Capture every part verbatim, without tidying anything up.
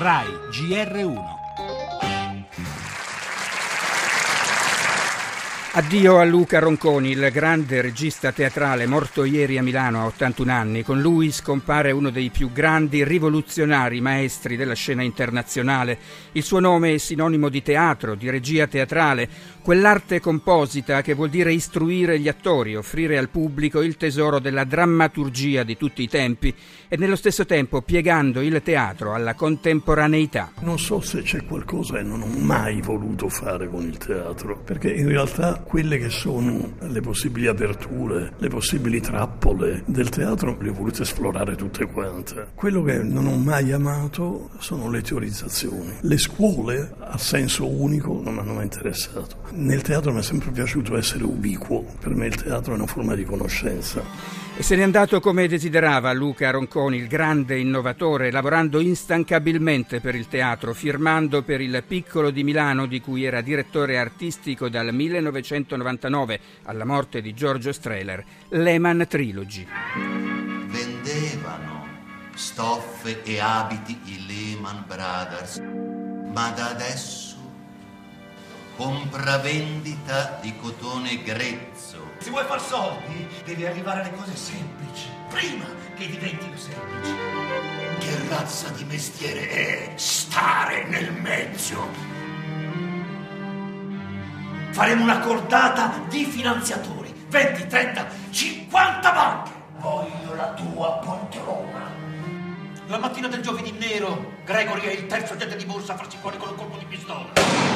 Rai G R uno. Addio a Luca Ronconi, il grande regista teatrale morto ieri a Milano a ottantuno anni. Con lui scompare uno dei più grandi rivoluzionari maestri della scena internazionale. Il suo nome è sinonimo di teatro, di regia teatrale, quell'arte composita che vuol dire istruire gli attori, offrire al pubblico il tesoro della drammaturgia di tutti i tempi e nello stesso tempo piegando il teatro alla contemporaneità. Non so se c'è qualcosa che non ho mai voluto fare con il teatro, perché in realtà quelle che sono le possibili aperture, le possibili trappole del teatro le ho volute esplorare tutte quante. Quello che non ho mai amato sono le teorizzazioni. Le scuole a senso unico non mi hanno mai interessato. Nel teatro mi è sempre piaciuto essere ubiquo. Per me il teatro è una forma di conoscenza. E se n'è andato come desiderava Luca Ronconi, il grande innovatore, lavorando instancabilmente per il teatro, firmando per il Piccolo di Milano, di cui era direttore artistico dal millenovecentonovantanove alla morte di Giorgio Strehler, Lehman Trilogy. Vendevano stoffe e abiti i Lehman Brothers, ma da adesso compravendita di cotone grezzo. Se vuoi far soldi, devi arrivare alle cose semplici, prima che diventino semplici. Che razza di mestiere è stare nel mezzo? Faremo una cordata di finanziatori, venti, trenta, cinquanta banche. Voglio la tua poltrona. La mattina del giovedì nero, Gregory è il terzo agente di borsa a farsi fuori con un colpo di pistola.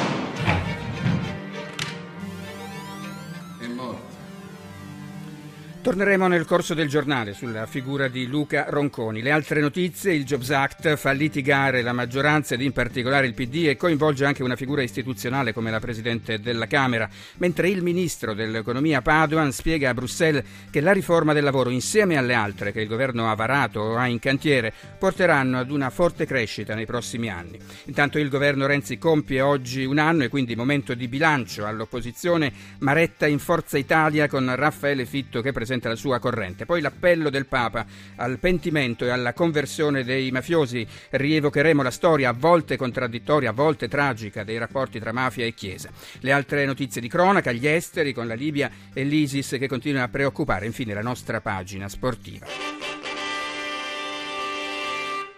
Torneremo nel corso del giornale sulla figura di Luca Ronconi. Le altre notizie: il Jobs Act fa litigare la maggioranza ed in particolare il P D e coinvolge anche una figura istituzionale come la Presidente della Camera, mentre il Ministro dell'Economia Padoan spiega a Bruxelles che la riforma del lavoro, insieme alle altre che il governo ha varato o ha in cantiere, porteranno ad una forte crescita nei prossimi anni. Intanto il governo Renzi compie oggi un anno e quindi momento di bilancio. All'opposizione Maretta in Forza Italia con Raffaele Fitto che presenta la sua corrente. Poi l'appello del Papa al pentimento e alla conversione dei mafiosi. Rievocheremo la storia a volte contraddittoria, a volte tragica dei rapporti tra mafia e Chiesa. Le altre notizie di cronaca, gli esteri con la Libia e l'ISIS che continuano a preoccupare. Infine la nostra pagina sportiva.